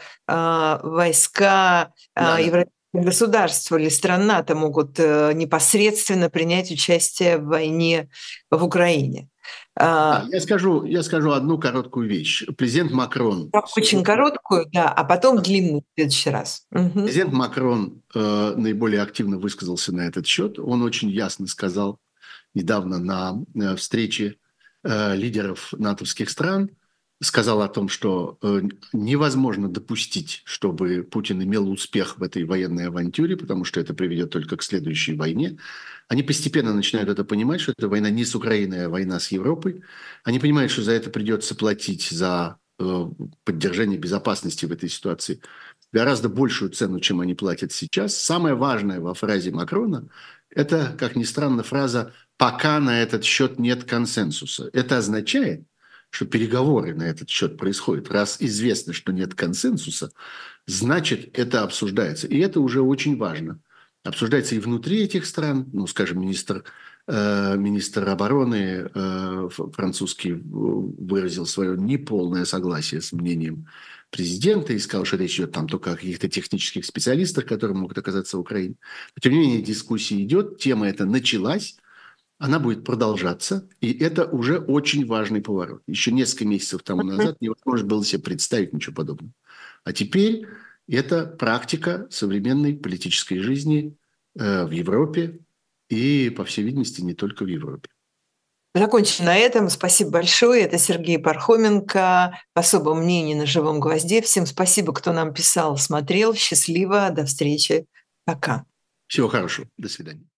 [SPEAKER 1] войска европейских государств или стран НАТО могут непосредственно принять участие в войне в Украине.
[SPEAKER 2] Я скажу одну короткую вещь. Президент Макрон...
[SPEAKER 1] Очень короткую, да, а потом длинную в следующий раз.
[SPEAKER 2] Президент Макрон наиболее активно высказался на этот счет. Он очень ясно сказал недавно на встрече лидеров натовских стран, сказал о том, что невозможно допустить, чтобы Путин имел успех в этой военной авантюре, потому что это приведет только к следующей войне. Они постепенно начинают это понимать, что это война не с Украиной, а война с Европой. Они понимают, что за это придется платить, за поддержание безопасности в этой ситуации, гораздо большую цену, чем они платят сейчас. Самое важное во фразе Макрона – это, как ни странно, фраза «пока на этот счет нет консенсуса». Это означает, что переговоры на этот счет происходят. Раз известно, что нет консенсуса, значит, это обсуждается. И это уже очень важно. Обсуждается и внутри этих стран. Скажем, министр министр обороны французский выразил свое неполное согласие с мнением президента и сказал, что речь идет там только о каких-то технических специалистах, которые могут оказаться в Украине. Но, тем не менее, дискуссия идет, тема эта началась, она будет продолжаться, и это уже очень важный поворот. Еще несколько месяцев тому назад невозможно было себе представить ничего подобного. А теперь это практика современной политической жизни в Европе и, по всей видимости, не только в Европе.
[SPEAKER 1] Закончим на этом. Спасибо большое. Это Сергей Пархоменко. Особое мнение на «Живом гвозде». Всем спасибо, кто нам писал, смотрел. Счастливо. До встречи. Пока.
[SPEAKER 2] Всего хорошего. До свидания.